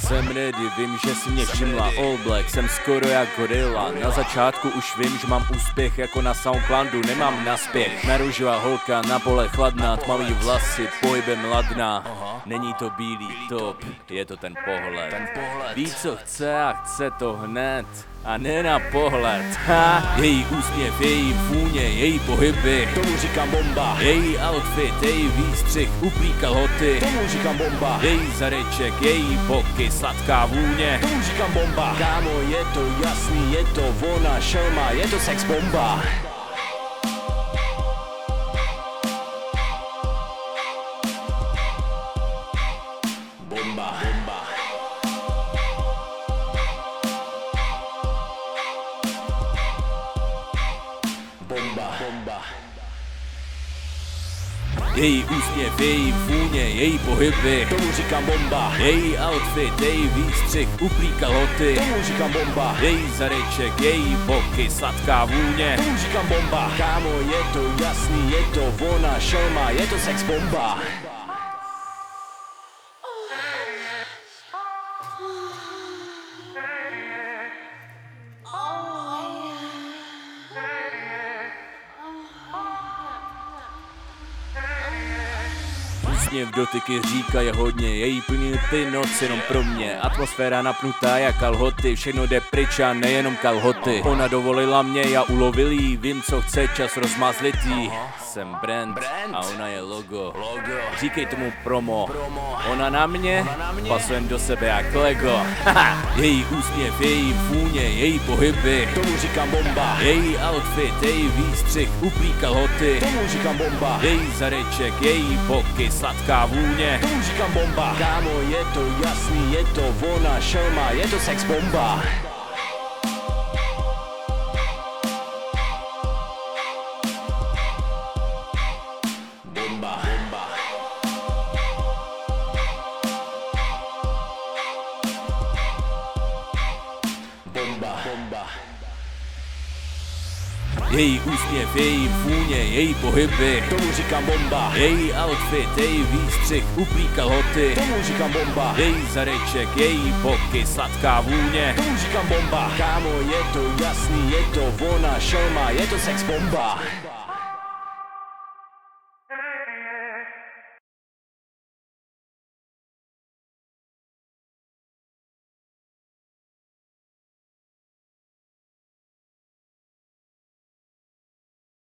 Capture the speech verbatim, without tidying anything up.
Jsem ready, vím, že si mě všimla. All Black, jsem skoro jak gorila. Na začátku už vím, že mám úspěch jako na Soundcloudu, nemám naspěch. Naruživá holka, na pole chladná, tmavý vlasy, pohybem ladná. Není to bílý top, je to ten pohled. Ví, co chce a chce to hned. A ne na pohled. Ha, její úsměv, její vůně, její pohyby, tomu říkám bomba. její outfit, její výstřih, uplý kalhoty, Tomu říkám bomba. její zadeček, její boky, sladká vůně, Tomu říkám bomba. Kámo, je to jasný, je to ona, šelma, je to sex bomba. Bomba, bomba. Bomba, bomba. její úsměv, její vůně, její pohyby, Tomu říkám bomba. její outfit, její výstřih, uplý kalhoty, Tomu říkám bomba. její zadeček, její boky, sladká vůně, Tomu říkám bomba. Kámo, je to jasný, je to ona, šelma, je to sex bomba. úsměv, dotyky, říka je hodně, její plný ty noc jenom pro mě, atmosféra napnutá jak kalhoty, všechno jde pryč a nejenom kalhoty. Ona dovolila mě, já ulovil jí, vím co chce, čas rozmazlitý. Jsem brand a ona je logo, říkej tomu promo, ona na mě, pasujem do sebe jak Lego. Její úsměv, její vůně, její pohyby, Tomu říkám bomba. její outfit, její výstřih, uplý kalhoty, Tomu říkám bomba. její zadeček, její boky, sladká vůně, Tomu říkám bomba. Kámo, je to jasný, je to ona, šelma, je to sex bomba. Bomba, bomba. Bomba, bomba. její úsměv, její vůně, její pohyby, Tomu říkám bomba. její outfit, její výstřih, uplý kalhoty, Tomu říkám bomba. její zadeček, její boky, sladká vůně, Tomu říkám bomba. Kámo, je to jasný, je to ona, šelma, je to sex bomba.